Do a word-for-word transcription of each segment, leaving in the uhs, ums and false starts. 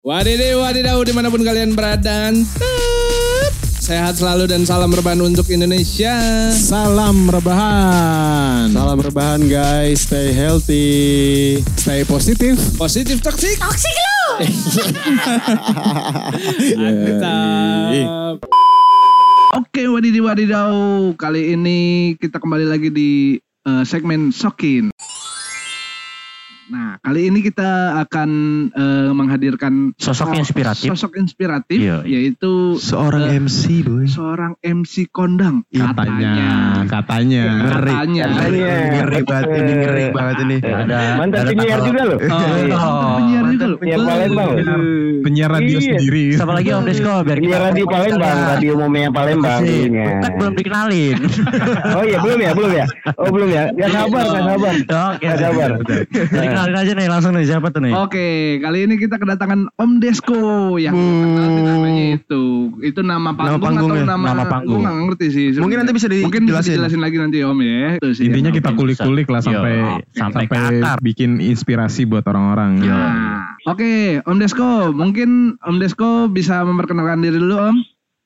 Wadidaw, wadidaw dimanapun kalian berada. Sehat selalu dan salam rebahan untuk Indonesia. Salam rebahan. Salam rebahan guys. Stay healthy. Stay positif. Positif toksik. Toksik lu. Mantap. Oke wadidaw, wadidaw. Kali ini kita kembali lagi di uh, segmen Sokin. Nah, kali ini kita akan uh, menghadirkan sosok inspiratif. Sosok inspiratif, iya. Yaitu seorang uh, M C, boy. Seorang M C kondang. Katanya, katanya, ngeri, katanya, ngeri banget ini, ngeri banget ini. Ada mantan penyiar juga loh. Oh, oh penyiar juga loh. Penyiar Palembang. Penyiar radio iya. sendiri. Siapa lagi Om Desko biar kita. Penyiar radio Palembang, radio umumnya Palembang. Kan belum dikenalin. Oh iya belum ya, belum ya. Oh belum ya. Gak sabar, gak sabar. Oke, gak sabar. Jadi kenalin aja nih langsung nih siapa tuh nih? Oke, kali ini kita kedatangan Om Desko yang hmm. namanya itu. Itu nama panggung, nama atau nama, nama panggung? Gue gak ngerti sih. Sebenernya. Mungkin nanti bisa dijelasin. Mungkin bisa dijelasin lagi nanti Om ya. Sih, intinya ya. kita kulik-kulik lah sampai Yo, sampai, sampai bikin inspirasi buat orang-orang. Nah, oke, Om Desko, mungkin Om Desko bisa memperkenalkan diri dulu Om.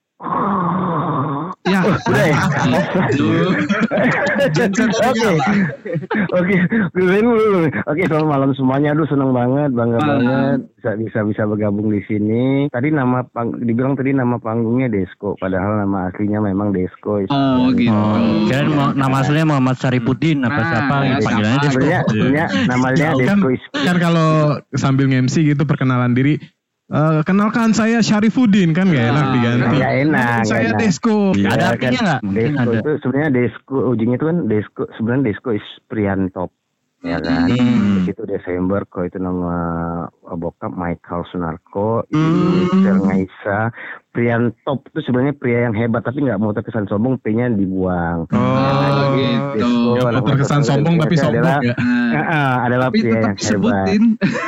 Ya, udah ya. Oke, oke, oke. Selamat malam semuanya. Aduh senang banget, bangga malam. banget bisa bisa bisa bergabung di sini. Tadi nama pang, dibilang tadi nama panggungnya Desko, padahal nama aslinya memang Desko. Oh gitu. Oh, kirain nama aslinya Muhammad Syarifuddin apa nah, siapa ya, panggilannya Desko. Sebenarnya namanya Desko. Kan, kan kalau sambil nge-M C gitu perkenalan diri. Uh, kenalkan saya Syarifuddin kan gak enak diganti. Gak enak. Saya enak. Desko. Ya, ada artinya nggak? Kan, Desko itu sebenarnya Desko ujungnya itu kan Desko sebenarnya Desko is Priantop ya kan. Hmm. Itu Desember kok itu nama bokap Michael Sunarko, hmm. itu Ngaisa. Priantop itu sebenarnya pria yang hebat tapi nggak mau terkesan sombong, P-nya dibuang. Oh ya, gitu. Ya, terkesan sombong tapi sombong adalah, ya. Uh, uh, adalah tapi pria yang hebat.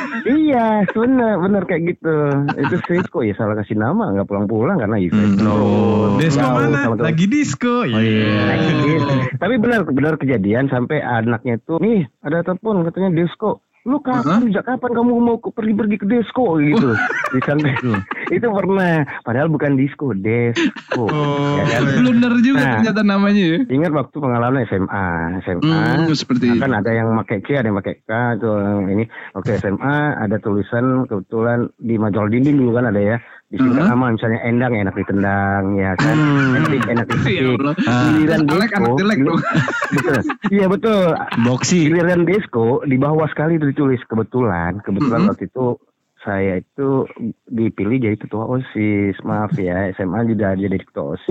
Iya, benar, benar kayak gitu. Itu sih kok ya salah kasih nama, nggak pulang-pulang karena event. Hmm. Oh, Desko mana? Lagi disco. Oh, iya. Yeah. Tapi benar, benar kejadian sampai anaknya itu, nih ada telepon katanya Desko. Lu kapan, uh-huh. sejak kapan kamu mau pergi-pergi ke disco gitu. Disangka itu pernah, padahal bukan disco, Desko. Oh, ya kan? Blunder juga nah, ternyata namanya ya. Ingat waktu pengalaman S M A, S M A hmm, seperti kan ada yang pakai C, ada yang pakai K tuh ini. Oke, S M A ada tulisan kebetulan di majol dinding dulu kan ada ya. Disingkat uh-huh. nama misalnya Endang enak ditendang ya kan. Hmm. Enak enak dipetik. Giliran Desko. Betul. Iya betul. Boksi. Giliran Desko di bawah sekali itu ditulis kebetulan, kebetulan uh-huh. waktu itu saya itu dipilih jadi ketua OSIS. Maaf ya, S M A juga jadi ketua OSIS.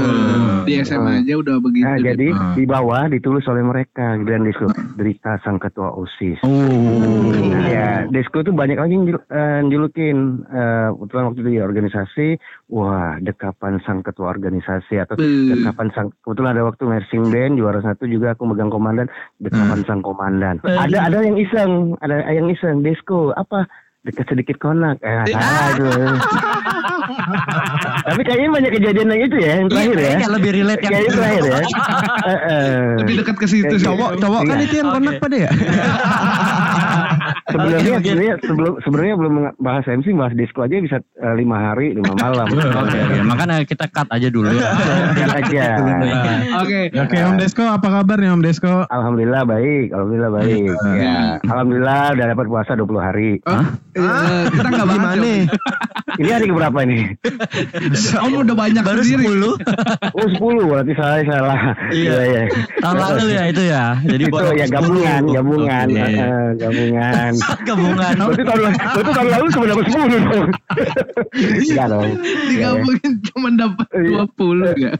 Oh, di S M A aja udah begitu. Nah, jadi uh. di bawah ditulis oleh mereka dan Desko derita sang ketua OSIS. Oh. Nah, ya, Desko itu banyak lagi yang uh, julukin. Uh, kebetulan waktu itu di organisasi, wah, dekapan sang ketua organisasi atau uh. dekapan sang. Kebetulan ada waktu marching band juara satu juga aku megang komandan, dekapan uh. sang komandan. Uh. Ada ada yang iseng, ada yang iseng Desko apa? Dekat sedikit konak. Eh, aduh. Tapi kayaknya banyak kejadian yang itu ya, yang terakhir ya. Kayaknya lebih relate yang itu terakhir ya. Lebih dekat ke situ. Cowok, cowok kan itu yang konak pada ya. Sebenarnya sebenarnya sebelum sebenarnya belum bahas M C, bahas disco aja bisa uh, lima hari lima malam. Oke, okay, okay. Makanya kita cut aja dulu ya. Cut aja. Oke. Oke, Om Desko, apa kabar nih Om Desko? Alhamdulillah baik, alhamdulillah baik. Ya, alhamdulillah udah dapat puasa dua puluh hari. Hah? Uh, kita nggak bahas nih. Ini hari keberapa nih? Om udah banyak baru sendiri. sepuluh. Oh sepuluh berarti saya salah. Iya ya. Tahun lalu ya itu ya. Jadi itu ya gabungan, gabungan, okay. uh, gabungan. Gabungan. Berarti tahun lalu, berarti tahun lalu cuma dapat sepuluh dong. Iya dong. Digabungin cuma dapat dua puluh ya.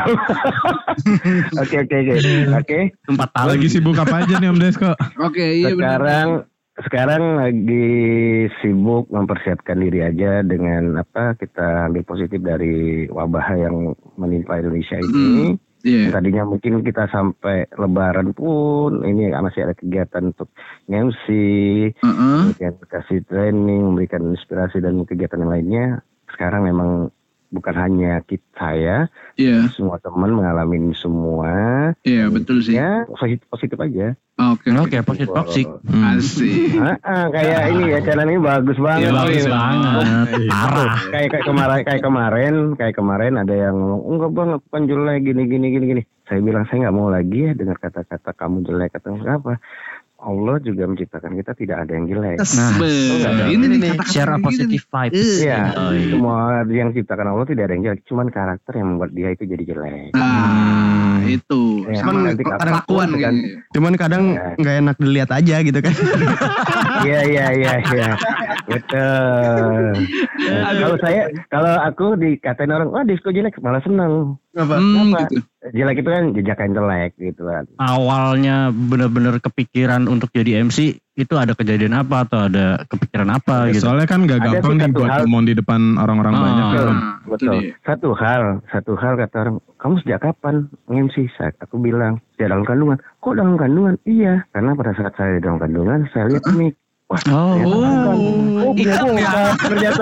Oke oke oke. Oke. Empat tahun. Lagi sibuk apa aja nih Om Desko? Oke iya benar. Sekarang Sekarang lagi sibuk mempersiapkan diri aja dengan apa kita ambil positif dari wabah yang menimpa Indonesia ini. Mm, yeah. Tadinya mungkin kita sampai Lebaran pun ini masih ada kegiatan untuk M C, uh-uh. kemudian kasih training, memberikan inspirasi dan kegiatan yang lainnya. Sekarang memang bukan hanya kita saya, Iya. semua teman mengalami ini semua. Iya, betul sih. Ya positif positif aja. Oke. Oke, positif toxic. Asik. Ah, ah, kayak ini ya channel ini bagus banget. Iya, bagus Iya. banget. Parah. Kayak kayak kemarin kayak kemarin kayak kemarin ada yang ngomong enggak bang aku kan jelek gini gini gini gini. Saya bilang saya nggak mau lagi ya dengar kata-kata kamu jelek atau apa. Allah juga menciptakan kita tidak ada yang jelek. Nah, Be- ini nih kata-kata share a kayak gini positive vibe. Eh. Iya, Oh, iya. semua yang diciptakan Allah tidak ada yang jelek, cuman karakter yang membuat dia itu jadi jelek. Nah, itu. Ya, Sama nanti kalau- kelakuan kan- kayaknya. Cuman kadang Ya. nggak enak dilihat aja gitu kan. Iya iya iya iya. Betul. Nah, kalau saya kalau aku dikatain orang, wah disco jelek malah seneng. Apa? Hmm, Kenapa? gitu. Jelek itu kan jejak intelek gitu kan. Awalnya benar-benar kepikiran untuk jadi M C, itu ada kejadian apa atau ada kepikiran apa Ya, gitu? soalnya kan gak Ada gampang sih nih satu buat hal. ngomong di depan orang-orang Oh. banyak. Betul, Kan. Nah, itu betul. dia. Satu hal, satu hal kata orang, kamu sejak kapan nge-M C? Saya, aku bilang, sejak dalam kandungan. Kok dalam kandungan? Iya, karena pada saat saya dalam kandungan, saya lihat ini. Wah, Oh, ternyata bukan. Oh, Iya, ternyata ya. bukan, ternyata.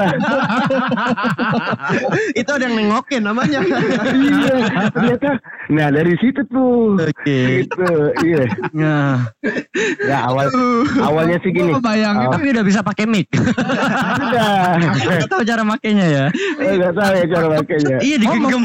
Itu ada yang nengokin namanya. Iya, ternyata. Nah, dari situ tuh. Oke. Gitu, iya. Nah, Ya, awal awalnya sih gini. Gua bayangin. Oh. tapi udah bisa pakai mic. Sudah. Nggak tahu cara makainya ya. Enggak tahu ya cara pakainya. Iya digenggam.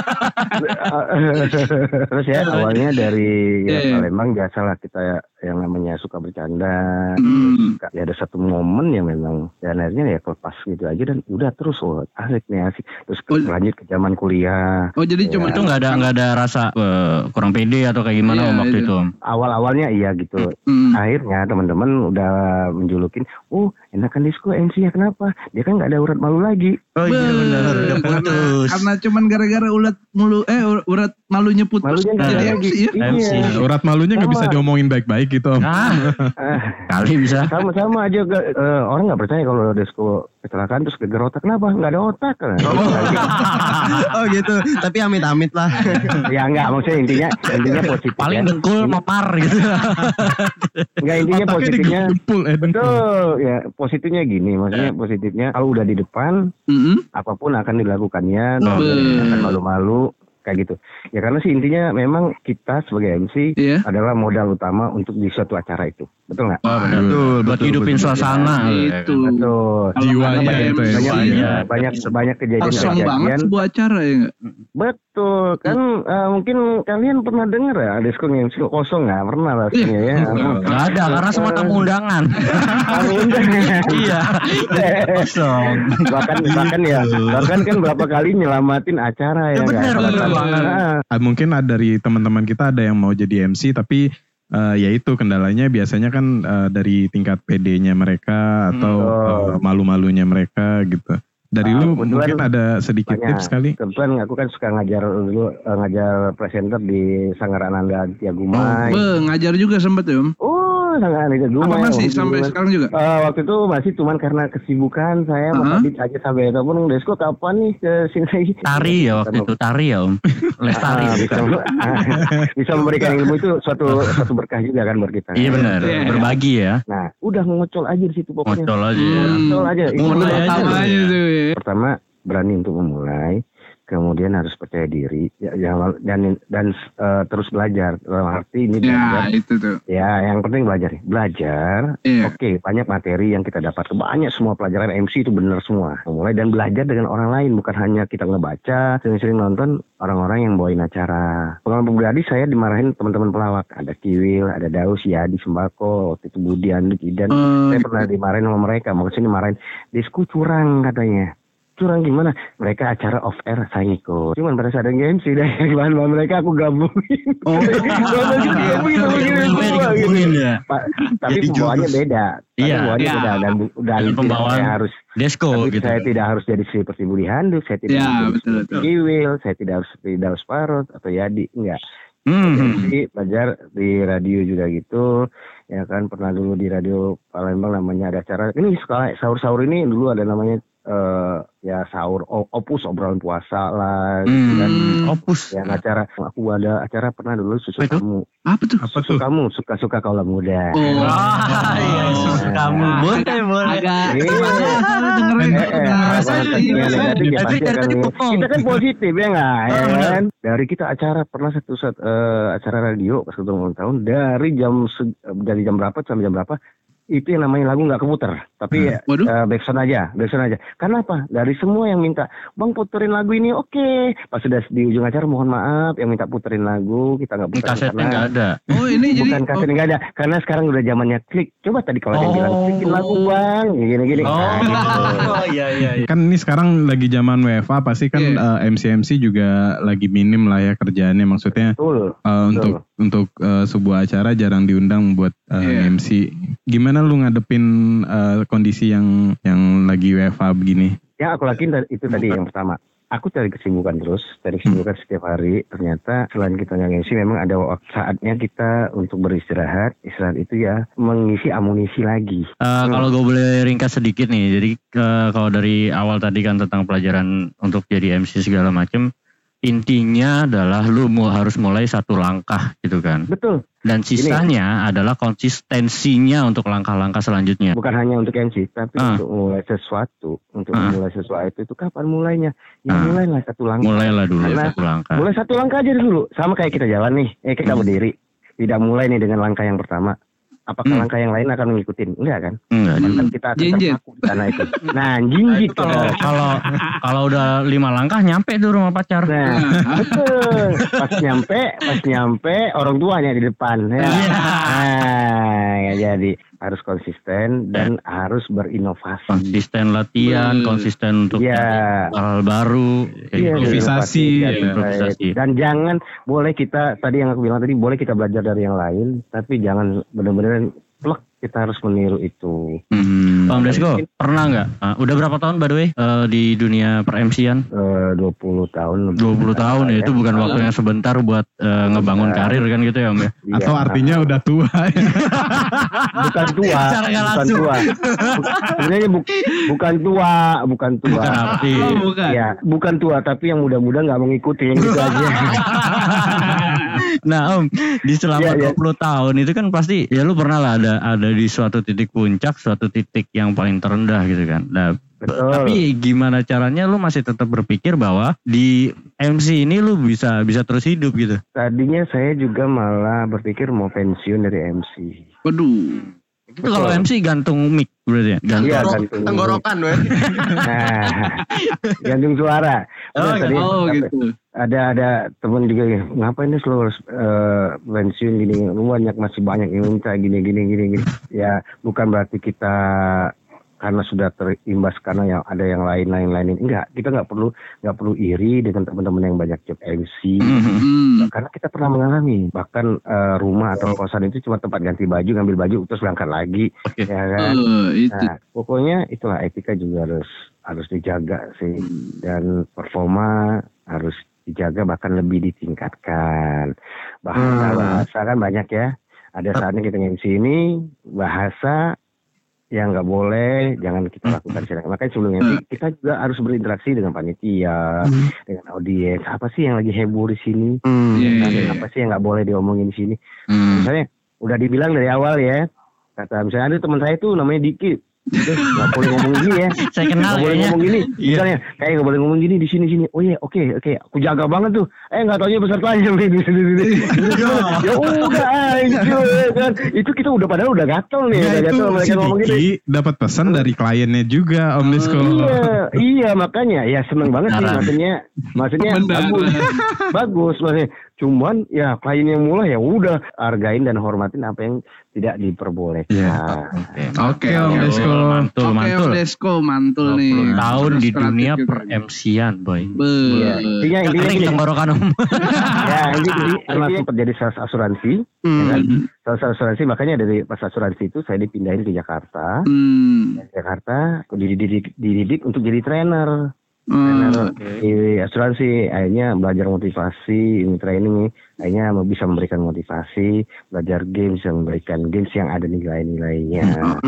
Terus ya awalnya dari ya, Iya, iya. Palembang biasalah kita yang namanya suka bercanda. Hmm. Suka- Ya ada satu momen yang memang dan akhirnya ya kelepas gitu aja dan udah terus oh asik nih asik. Terus ke- Oh. lanjut ke zaman kuliah. Oh, jadi cuma Itu nggak ada nggak ada rasa eh, kurang pede atau kayak gimana Iya, Om waktu itu. itu? Om? Awal-awalnya iya gitu. Hmm. Akhirnya teman-teman udah menjulukin, oh enakan disco M C ya kenapa? Dia kan nggak ada urat malu lagi. Oh iya Be- benar, udah karena, putus. karena cuman gara-gara ulat mulu eh ur- urat malunya putus Malunya nggak jadi ada M C lagi. ya. M C. Iya. Nah, urat malunya nggak Sama. bisa diomongin baik-baik gitu Om. Ah, Ah, kali bisa. sama-sama aja gak, eh, orang nggak percaya kalau disco kecelakaan terus geger otak kenapa? Nggak ada otak kan? Oh gitu. Tapi amit-amit lah. Ya enggak maksudnya intinya intinya positif. Paling ya. dengkul mapar gitu. Enggak intinya Otaknya positifnya. digempul eh dengkul. Betul ya positifnya gini maksudnya positifnya kalau udah di depan Mm-mm. apapun akan dilakukannya no, Betul. akan malu-malu kayak gitu ya karena sih intinya memang kita sebagai M C Iya. adalah modal utama untuk di suatu acara itu betul nggak? Betul, buat hidupin suasana. Itu. Betul. Jiwanya Kalau itu ya. banyak Jiwanya. banyak banyak Kosong kejadian-kejadian banget sebuah acara ya nggak? betul kan eh, mungkin kalian pernah dengar ya disco M C kosong nggak pernah rasanya ya Nggak ada karena semua tamu undangan. Kamu undangan. Iya. Kosong. bahkan bahkan ya bahkan kan berapa kali nyelamatin acara ya Ya, bener, nggak? bener banget. Ah, Ah, mungkin ada dari teman-teman kita ada yang mau jadi M C tapi eh, ya itu kendalanya biasanya kan eh, dari tingkat P D-nya mereka atau Hmm. eh, malu-malunya mereka gitu. Dari Ah, lu kebetulan mungkin ada sedikit banyak. tips kali. Kebetulan aku kan suka ngajar dulu eh, ngajar presenter di Sanggar Ananda Tiagumai. Be, ngajar juga sempet ya Om. Oh, Sanggar Ananda Tiagumai. Apa masih Waktu sampai itu, sekarang juga? eh, waktu itu masih cuman karena kesibukan saya Uh-huh. Mas Adit aja sampai ataupun Desko kapan nih ke sini? Tari ya waktu itu, tari ya Om. Les tari. Ah, bisa, bisa memberikan ilmu itu suatu suatu berkah juga kan buat kita. Iya benar, Iya. berbagi ya. Nah, udah ngocol aja di situ pokoknya. Ngocol aja ya. Hmm. Ngocol aja. Mulai Ikut aja pertama. lu Pertamanya ya. tuh ya. Pertama berani untuk memulai, kemudian harus percaya diri, ya, ya, dan dan eh, terus belajar. Dalam arti ini belajar. Ya itu tuh. Ya, yang penting belajar. Belajar. Iya. Oke, banyak materi yang kita dapat. Banyak semua pelajaran M C itu benar semua. Memulai dan belajar dengan orang lain, bukan hanya kita ngebaca, sering-sering nonton orang-orang yang bawain acara. Pengalaman pribadi saya dimarahin teman-teman pelawak. Ada Kiwil, ada Daus, Yadi, Sembako, waktu itu Budi, Anduk, Idan. Eh, Saya pernah dimarahin sama mereka, maksudnya dimarahin, disku curang katanya. Curang gimana? Mereka acara off air saya ngikut. Cuman pada saat ada M C deh, bahan-bahan mereka aku gabungin. Oh. Gabungin, gabungin, gabungin, Digabungin semua gitu. ya. Pa- Tapi Jadi pembawaannya jurus. beda. Tapi Iya. pembawaannya Iya. beda dan dan Dengan pembawaan tidak saya harus Desko tapi gitu. saya tidak harus jadi seperti Budi Handuk, saya tidak Ya, harus betul, jadi betul. Kiwil, saya tidak harus seperti Daus Parot atau Yadi, enggak. Hmm. Jadi belajar di radio juga gitu. Ya kan pernah dulu di radio Palembang namanya ada acara ini sekolah sahur-sahur ini dulu ada namanya eh, ya sahur o- opus obrolan puasa lah gitu kan. Hmm, opus. Yang acara aku ada acara pernah dulu susu Apa itu? kamu. Apa tuh? Apa Susu tuh? kamu suka-suka kaula muda. Oh. Wah, iya, susu kamu. Boleh, boleh. Agak Iya. gimana dengerin Eh, eh, rasanya kalau iya, yang rasanya. negatif ya Tapi pasti dari akan tadi ini. bengong. Kita kan positif ya nggak ya Oh, benar. kan dari kita acara pernah satu saat eh, acara radio pas ketemu ulang tahun dari jam se- dari jam berapa sampai jam berapa itu yang namanya lagu nggak keputer tapi ya Waduh. eh, backsound aja backsound aja karena apa dari semua yang minta bang puterin lagu ini oke pas sudah di ujung acara mohon maaf yang minta puterin lagu kita nggak Ini puterin kasetnya nggak ada. Oh ini jadi bukan kaset nggak ada karena sekarang udah zamannya klik coba tadi kalau ada yang bilang Oh. klikin lagu bang gini-gini Oh, Nah, gitu. iya iya iya. Kan ini sekarang lagi zaman W F A, pasti kan Iya. eh, M C M C juga lagi minim lah ya kerjaannya. Maksudnya Betul. eh, untuk untuk eh, sebuah acara jarang diundang buat eh, Iya. M C. Gimana lu ngadepin eh, kondisi yang yang lagi W F A begini? Yang aku lakuin tadi- itu tadi yang pertama. Aku cari kesibukan terus, cari kesibukan setiap hari. Ternyata selain kita nggak ngisi, memang ada waktu saatnya kita untuk beristirahat. Istirahat itu ya mengisi amunisi lagi. Eh, Kalau gue boleh ringkas sedikit nih, jadi eh, kalau dari awal tadi kan tentang pelajaran untuk jadi M C segala macem, intinya adalah lu mu- harus mulai satu langkah gitu kan. Betul. Dan sisanya adalah konsistensinya untuk langkah-langkah selanjutnya. Bukan hanya untuk M C, tapi Ah. untuk mulai sesuatu. Untuk Ah. memulai sesuatu itu kapan mulainya? Ya Ah. mulailah satu langkah. Mulailah dulu Karena satu langkah. Mulai satu langkah aja dulu. Sama kayak kita jalan nih. Eh kita Hmm. berdiri. Tidak mulai nih dengan langkah yang pertama. Apakah Hmm. langkah yang lain akan mengikutin? Enggak kan? Enggak. Bahkan kita akan Jinjit. terpaku di sana itu. Nah, jinjit. Kalau saudara. kalau kalau udah lima langkah nyampe tuh rumah pacar. Nah, betul. Pas nyampe, pas nyampe orang tuanya di depan. Ya. Nah, ya jadi harus konsisten dan harus berinovasi. Konsisten latihan, Hmm. konsisten untuk Ya. hal baru. kayak Iya, gitu. Improvisasi, inovasi, ya. dan- Improvisasi. Dan jangan boleh kita tadi yang aku bilang tadi boleh kita belajar dari yang lain, tapi jangan benar-benar plek kita harus meniru itu. Hmm. Om Desko, pernah nggak? Ah, udah berapa tahun by the way eh, di dunia per M C-an? Eh, dua puluh tahun. dua puluh tahun ya, itu bukan waktu yang sebentar buat eh, ngebangun karir kan gitu ya Om ya? Iya. Atau artinya udah tua ya? bukan tua, Secara nggak bukan langsung. tua. Bu- Sebenarnya bu- bukan tua, bukan tua. Bukan arti. Oh, bukan. Ya, bukan tua, tapi yang muda-muda nggak mengikuti yang gitu aja. Nah Om, di selama Iya, iya. dua puluh tahun itu kan pasti ya lu pernah lah ada ada di suatu titik puncak, suatu titik yang paling terendah gitu kan. Nah, Betul. tapi gimana caranya lu masih tetap berpikir bahwa di M C ini lu bisa bisa terus hidup gitu? Tadinya saya juga malah berpikir mau pensiun dari M C. Waduh. Itu kalau M C gantung mic berarti ya? Gantung. Iya, Tenggorok- gantung. Tenggorokan weh. Nah, gantung suara. Oh, Udah, tadi Oh sampai- gitu. ada ada teman juga ya, ngapain nih lu harus eh, pensiun gini, lu banyak masih banyak yang minta gini gini gini gini. Ya bukan berarti kita karena sudah terimbas karena yang ada yang lain lain lain enggak, kita nggak perlu nggak perlu iri dengan teman-teman yang banyak job M C. Hmm. Karena kita pernah mengalami bahkan eh, rumah atau kosan itu cuma tempat ganti baju, ngambil baju terus berangkat lagi, Oke. ya kan. Eh, itu. Nah, pokoknya itulah etika juga harus harus dijaga sih, dan performa harus dijaga bahkan lebih ditingkatkan. Bahasa Hmm. bahasa kan banyak ya. Ada saatnya kita nge-M C ini bahasa yang nggak boleh, jangan kita lakukan. Makanya sebelum M C kita juga harus berinteraksi dengan panitia, dengan audiens. Apa sih yang lagi heboh di sini? Hmm. Iya, Dan iya, iya. apa sih yang nggak boleh diomongin di sini? Hmm. Misalnya udah dibilang dari awal ya, kata misalnya ada teman saya tuh namanya Diki, Udah, nggak boleh ngomong gini ya, Saya kenal nggak boleh kayaknya. ngomong gini, Iya. misalnya kayak nggak boleh ngomong gini di sini sini. Oh iya, oke oke, aku jaga banget tuh. Eh nggak taunya pesertanya ini sini sini. Ya udah aja kan, itu kita udah padahal udah gatel nih, Nah, udah itu gatel si mereka ngomong gitu. Diki dapat pesan dari kliennya juga Om Desko. Iya, iya makanya ya seneng banget sih, Beneran. maksudnya, maksudnya Beneran. bagus, bagus maksudnya. Cuman ya klien yang mulai ya udah hargain dan hormatin apa yang tidak diperbolehkan. Iya. Oke, Om Mantul, Desko. Mantul, Oke, mantul. Om Desko mantul dua nih. puluh tahun di Terus dunia kreatif per juga. M C-an, boy. Be. Iya, intinya intinya Kering gini. tenggorokan Om. Ya ini ini pernah sempat jadi sales asuransi, ya kan? Hmm. Sales asuransi makanya dari pas asuransi itu saya dipindahin ke Jakarta. Hmm. Jakarta aku dididik, dididik untuk jadi trainer. Trainer di asuransi, akhirnya belajar motivasi, ini training nih, akhirnya bisa memberikan motivasi, belajar games yang memberikan games yang ada nilai-nilainya.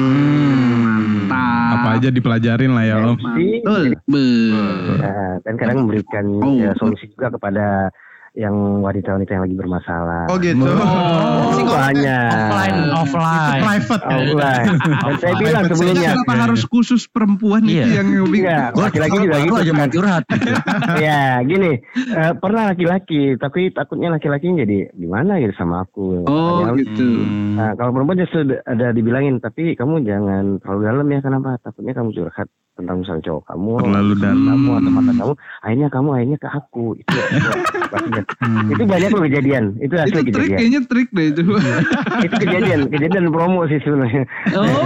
Hmm, Apa aja dipelajarin lah ya Om. Betul. Nah, dan kadang memberikan Oh. ya, solusi juga kepada yang wanita-wanita yang lagi bermasalah. Oh gitu. Oh, banyak. Offline, offline. Private ya. Offline. Dan saya bilang sebelumnya, Kenapa harus khusus perempuan Iya. itu yang bingung? Iya, Gue laki-laki juga gitu. aja mau curhat. Ya, gini, eh, pernah laki-laki, tapi takutnya laki-lakinya jadi gimana gitu sama aku. Oh Makanya, gitu. Nah, kalau perempuan justru ada dibilangin, tapi kamu jangan terlalu dalam ya, kenapa? Takutnya kamu curhat tentang misalnya cowok kamu, Terlalu dalam. kamu atau mantan kamu, akhirnya kamu akhirnya ke aku. Itu itu banyak loh kejadian. Itu Itu asli trik, kejadian. kayaknya trik deh itu. Itu kejadian, kejadian promo sih sebenarnya. Oh.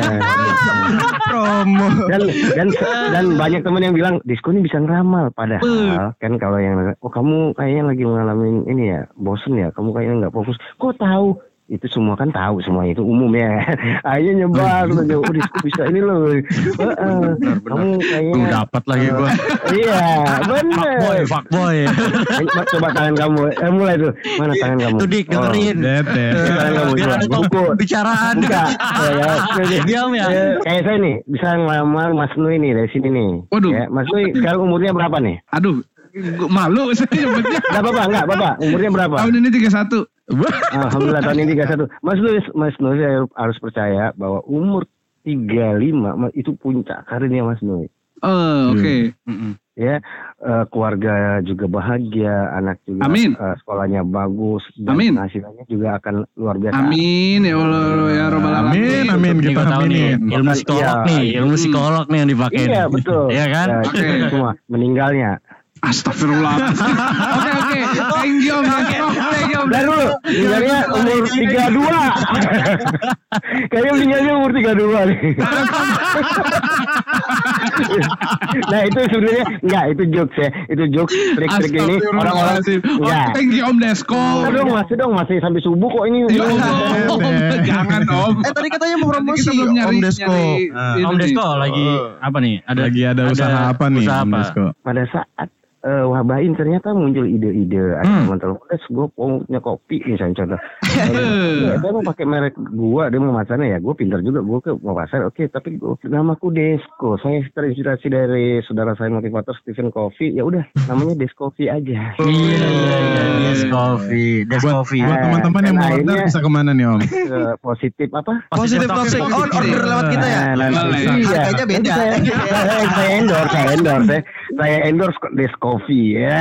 Promo. dan dan dan banyak teman yang bilang Disko ini bisa ngeramal, padahal kan kalau yang oh kamu kayaknya lagi mengalami ini ya bosen ya, kamu kayaknya nggak fokus, kok tahu? Itu semua kan tahu, semua itu umum ya. Akhirnya nyebar aja, oh Disko bisa ini loh. Heeh. Kamu kayaknya Tuh dapat lagi gue. iya Fuckboy, bener. fuckboy. Coba tangan kamu, eh mulai tuh, mana tangan kamu? Tuh Dik, dengerin. Dead deh. Oh, tangan kamu Biar coba. ada Buku. topik pembicaraan. Enggak, ya, ya. Diam ya. Eh, kayak saya nih bisa ngelamar Mas Nui nih dari sini nih. Waduh. Ya, Mas Nui sekarang umurnya berapa nih? Aduh, gua malu saya nyebutnya. Enggak apa-apa, enggak apa-apa. Umurnya berapa? Tahun ini tiga puluh satu. Alhamdulillah tahun ini tiga puluh satu. Mas Nui, Mas Nui harus percaya bahwa umur tiga puluh lima itu puncak karirnya Mas Nui. Oh, oke. Ya, eh, keluarga juga bahagia, anak juga Amin. eh, sekolahnya bagus, dan Amin. hasilnya juga akan luar biasa. Amin ya Allah ya Rabbal alamin. Amin, amin Nih kita gue tahu nih, aminin. ilmu psikolog Iya. nih, ilmu psikolog nih yang dipakai. Iya betul. Iya kan? Ya, Oke. itu semua meninggalnya. Astagfirullah. Oke oke. Thank you Om. Thank you Om. Dan dulu, meninggalnya umur tiga puluh dua. Kayaknya meninggalnya umur tiga puluh dua nih. Nah itu sebenarnya enggak, itu jokes ya. Itu jokes trik-trik ini orang-orang Astagfirullahaladzim. Oh, enggak. thank you Om Desko. Masih dong, masih dong, masih sampai subuh kok ini. Ya Allah, jangan Om. Eh tadi katanya mau Nanti promosi kita belum nyari, Om Desko. nyari Ah. ini Om nih. Desko lagi apa nih? Ada Lagi ada usaha apa nih usaha Om apa? Desko? Pada saat eh, wabahin ternyata muncul ide-ide. Ada Hmm. teman telepon, "Eh, gue punya kopi misalnya contoh." Ya, dia mau pakai merek gua, dia mau masarnya ya. Gue pintar juga, gue ke mau pasar. Oke, tapi gua, namaku Desko. Saya terinspirasi dari saudara saya motivator Stephen Covey. Ya udah, namanya Deskofi aja. Iya, iya, iya, Des Coffee, Des Buat, Coffee. buat teman-teman yang Dan mau order akhirnya- bisa kemana nih Om? Ke positif apa? Positive toxic. Oh, order lewat kita ya. Nah, nanti- Boleh. iya. Harganya beda. Nanti Saya, saya, saya endorse, saya endorse, saya, saya endorse Deskofi. Ya.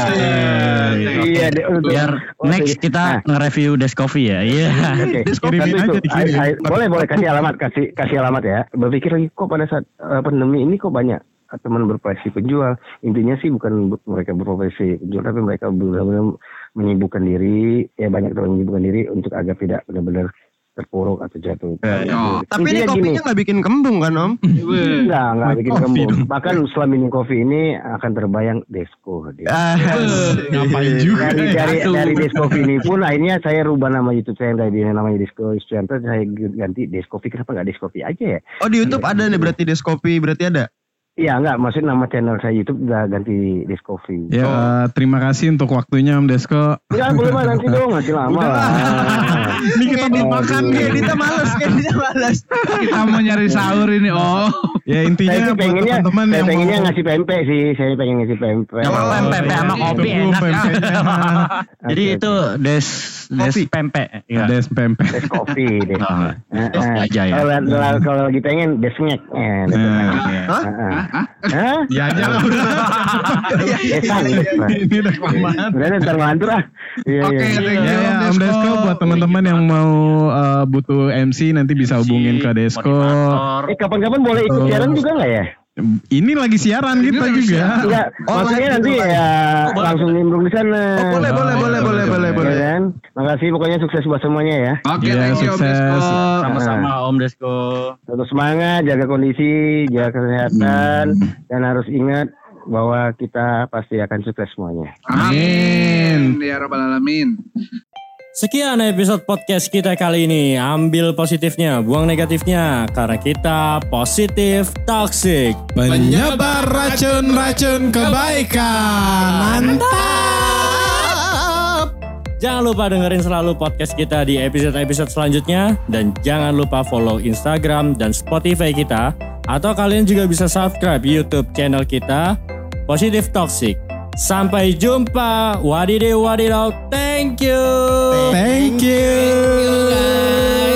Iya, de- untuk- Biar oh, next iya. kita Nah, nge-review Des Coffee ya. Iya. Oke, Kirimin Satu aja, itu. dikirim. I- I- boleh boleh kasih alamat, kasih kasih alamat ya. Berpikir lagi kok pada saat eh, pandemi ini kok banyak teman berprofesi penjual. Intinya sih bukan bu- mereka berprofesi penjual, tapi mereka benar-benar menyibukkan diri. Ya banyak teman menyibukkan diri untuk agar tidak benar-benar terpuruk atau jatuh. Oh. Tapi ini Intinya kopinya nggak bikin kembung kan Om? Enggak, enggak bikin Kopi kembung. dong. Bahkan setelah minum kopi ini akan terbayang Desko. Dia. Ah, Ngapain juga Dari ya? dari, dari Deskofi ini pun akhirnya saya rubah nama YouTube saya dari namanya Desko Istianto, saya ganti Deskofi. Kenapa nggak Deskofi aja ya? oh di YouTube ada nih berarti Deskopi berarti ada. Iya enggak, maksudnya nama channel saya YouTube udah ganti Deskofi. Ya, eh, terima kasih untuk waktunya Om Desko. Enggak boleh mah nanti dong, masih lama lah. Ini kita mau makan nih. Kita males, kita males. Kita mau nyari sahur ini. Oh. Ya Saya intinya sih buat pengennya, teman-teman saya yang pengennya mau ngasih pempek sih, saya pengen ngasih pempek. Gak apa-apa, pempek sama kopi Itu enak. pempeknya. Jadi Oke, itu Des Des Kopi. pempek. Iya. Des pempek. Deskofi deh. Ah, Nah, Des nah. aja ya. Kalau kalau- kalau lagi pengen desngek. Eh, Nah, Hah? Hah? ya aja lah udah. Desang. Ini udah kelamaan. Udah ntar ngantur ah. Iya, Oke, iya. thank you Ya, ya, Om Om Desko buat teman-teman yang mau uh, butuh M C nanti bisa hubungin ke Desko. Motivator. Eh kapan-kapan boleh ikut Oh. siaran juga nggak ya? Ini lagi siaran kita lagi juga. Enggak, Oh, maksudnya live nanti gitu, ya boleh. langsung nimbrung di sana. Oh, boleh, boleh, boleh, boleh, boleh, boleh. Ya kan? Makasih pokoknya sukses buat semuanya ya. Oke, Iya, thank you Om sukses. Desko. Sama-sama Om Desko. Terus semangat, jaga kondisi, jaga kesehatan, dan harus ingat bahwa kita pasti akan sukses semuanya. Amin. Ya Rabbal alamin. Sekian episode podcast kita kali ini. Ambil positifnya, buang negatifnya. Karena kita positif toxic. Penyebar racun-racun kebaikan. Mantap. Jangan lupa dengerin selalu podcast kita di episode-episode selanjutnya. Dan jangan lupa follow Instagram dan Spotify kita. Atau kalian juga bisa subscribe YouTube channel kita, Positif Toxic. Sampai jumpa. Wadidaw wadidaw. Thank you. Thank you. Thank you guys.